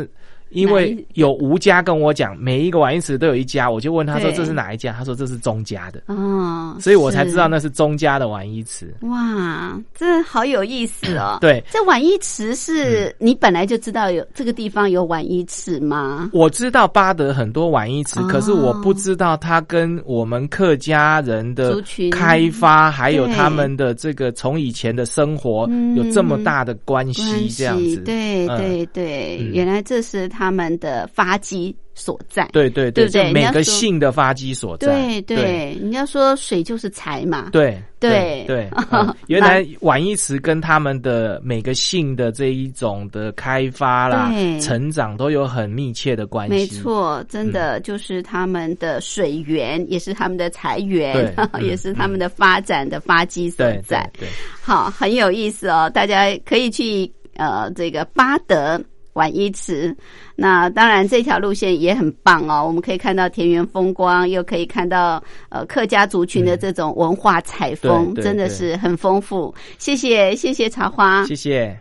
因为有吴家跟我讲，每一个婉义池都有一家，我就问他说这是哪一家，他说这是钟家的， 哦， 所以我才知道那是钟家的婉义池。 哇，这好有意思哦！ 对， 这婉义池是、嗯、你本来就知道有这个地方有婉义池吗？ 我知道八德很多婉义池、哦，可是我不知道它跟我们客家人的开发，还有他们的这个从以前的生活有这么大的关系，这样子。 对对对、嗯，原来这是他们的发基所在。 对对对， 对不对？ 每个姓的发基所在。 对 对, 对，人家说水就是财嘛。 对对对, 对、嗯，原来婉义池跟他们的每个姓的这一种的开发啦、成长都有很密切的关系。 没错，真的、嗯、就是他们的水源，也是他们的财源，也是他们的发展的发基所在。 对 对, 对， 好，很有意思哦，大家可以去呃这个八德婉义池。那当然这条路线也很棒哦，我们可以看到田园风光，又可以看到呃客家族群的这种文化采风、嗯、真的是很丰富。谢谢谢谢茶花， 谢谢。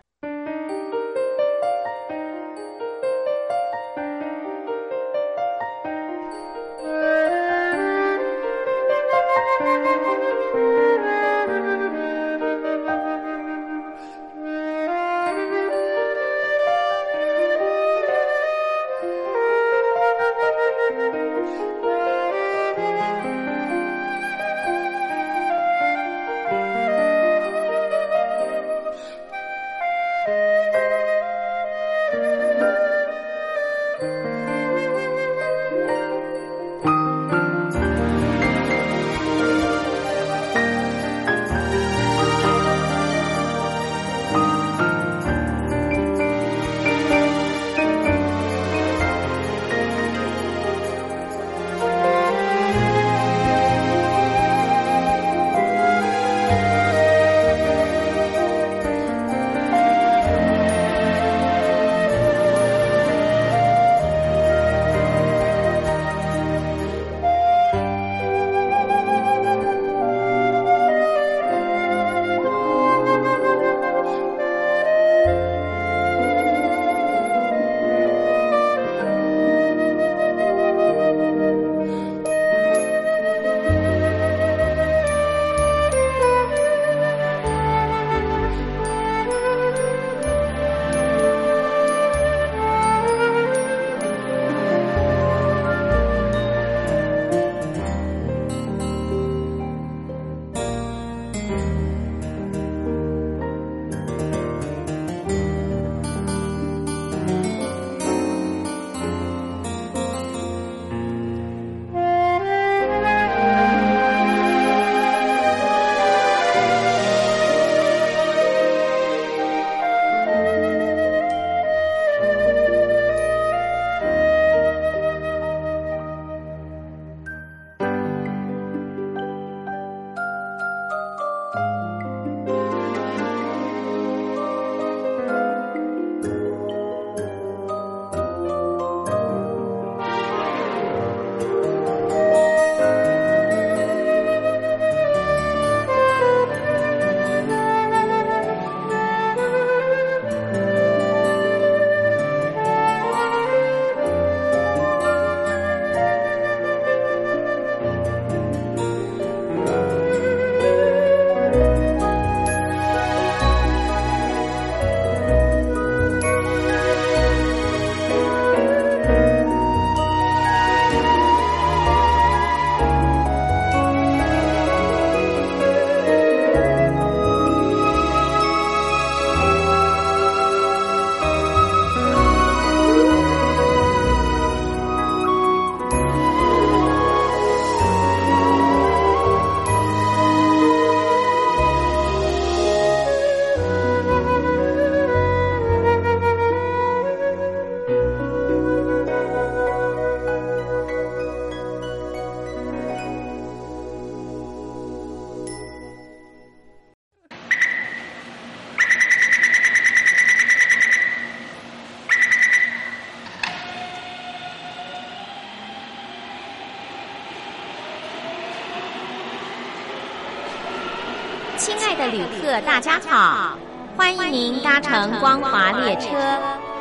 亲爱的旅客，大家好，欢迎您搭乘光华列车。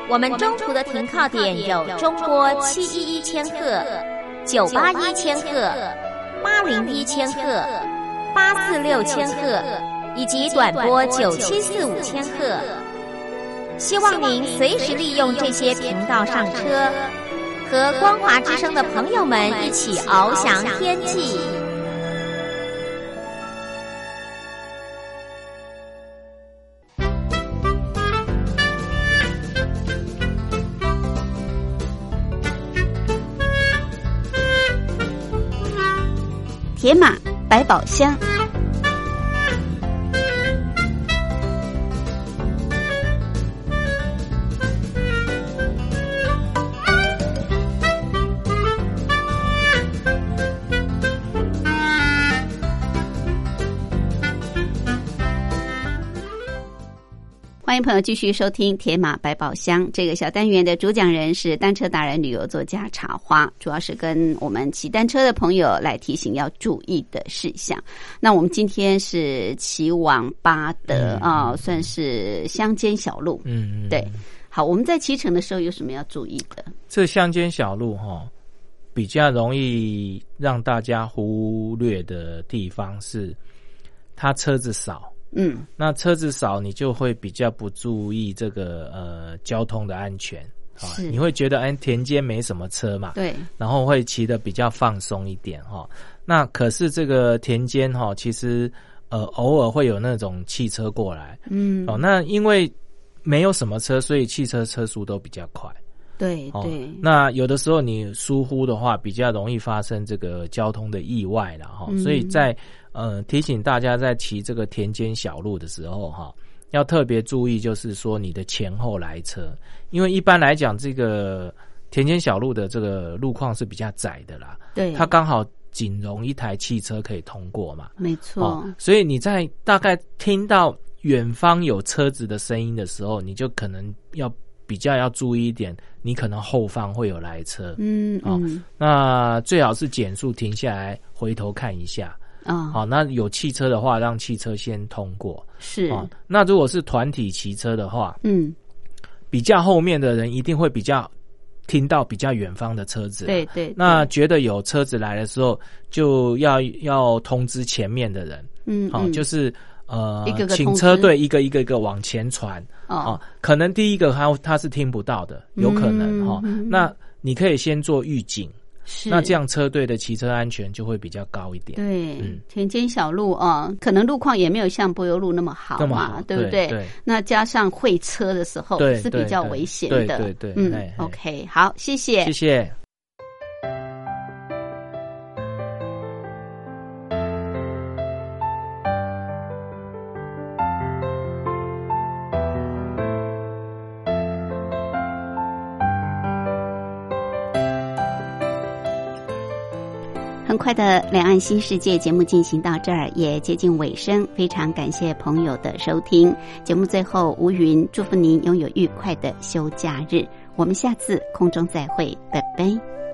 我们中途的停靠点有中波七一一千赫、九八一千赫、八零一千赫、八四六千赫，以及短波九七四五千赫。希望您随时利用这些频道上车，和光华之声的朋友们一起翱翔天际。 铁马百宝箱。欢迎朋友继续收听铁马百宝箱。这个小单元的主讲人是单车达人旅游作家茶花，主要是跟我们骑单车的朋友来提醒要注意的事项。那我们今天是骑往巴德啊、嗯哦，算是乡间小路。嗯，对。好，我们在骑乘的时候有什么要注意的？ 这乡间小路哈、哦，比较容易让大家忽略的地方是，它车子少。嗯，那车子少，你就会比较不注意这个呃交通的安全啊，你会觉得哎田间没什么车嘛，对，然后会骑得比较放松一点哈。那可是这个田间哈，其实呃偶尔会有那种汽车过来，嗯，哦，那因为没有什么车，所以汽车车速都比较快。 对对、哦， 那有的时候你疏忽的话，比较容易发生这个交通的意外了哈、嗯。所以在呃提醒大家在骑这个田间小路的时候哈，要特别注意，就是说你的前后来车，因为一般来讲，这个田间小路的这个路况是比较窄的啦，对，它刚好仅容一台汽车可以通过嘛， 没错、 哦。所以你在大概听到远方有车子的声音的时候，你就可能要。比较要注意一点，你可能后方会有来车，嗯嗯、哦，那最好是减速停下来，回头看一下，啊、哦，好，那有汽车的话，让汽车先通过，是，哦，那如果是团体骑车的话，嗯，比较后面的人一定会比较听到比较远方的车子，对 对, 对，那觉得有车子来的时候，就要要通知前面的人，嗯，好、哦，就是。呃，一个个请车队一个一个一个往前传哦、啊，可能第一个他他是听不到的，有可能哈、嗯哦。那你可以先做预警，是那这样车队的骑车安全就会比较高一点。 对，嗯，田间小路啊、哦，可能路况也没有像柏油路那么好嘛，那么好对不对？对。那加上会车的时候是比较危险的， 对对 对, 对, 对， 嗯嘿嘿 ，OK， 好，谢谢， 谢谢。 很快的两岸新世界节目进行到这儿也接近尾声，非常感谢朋友的收听。节目最后，吴云祝福您拥有愉快的休假日，我们下次空中再会，拜拜。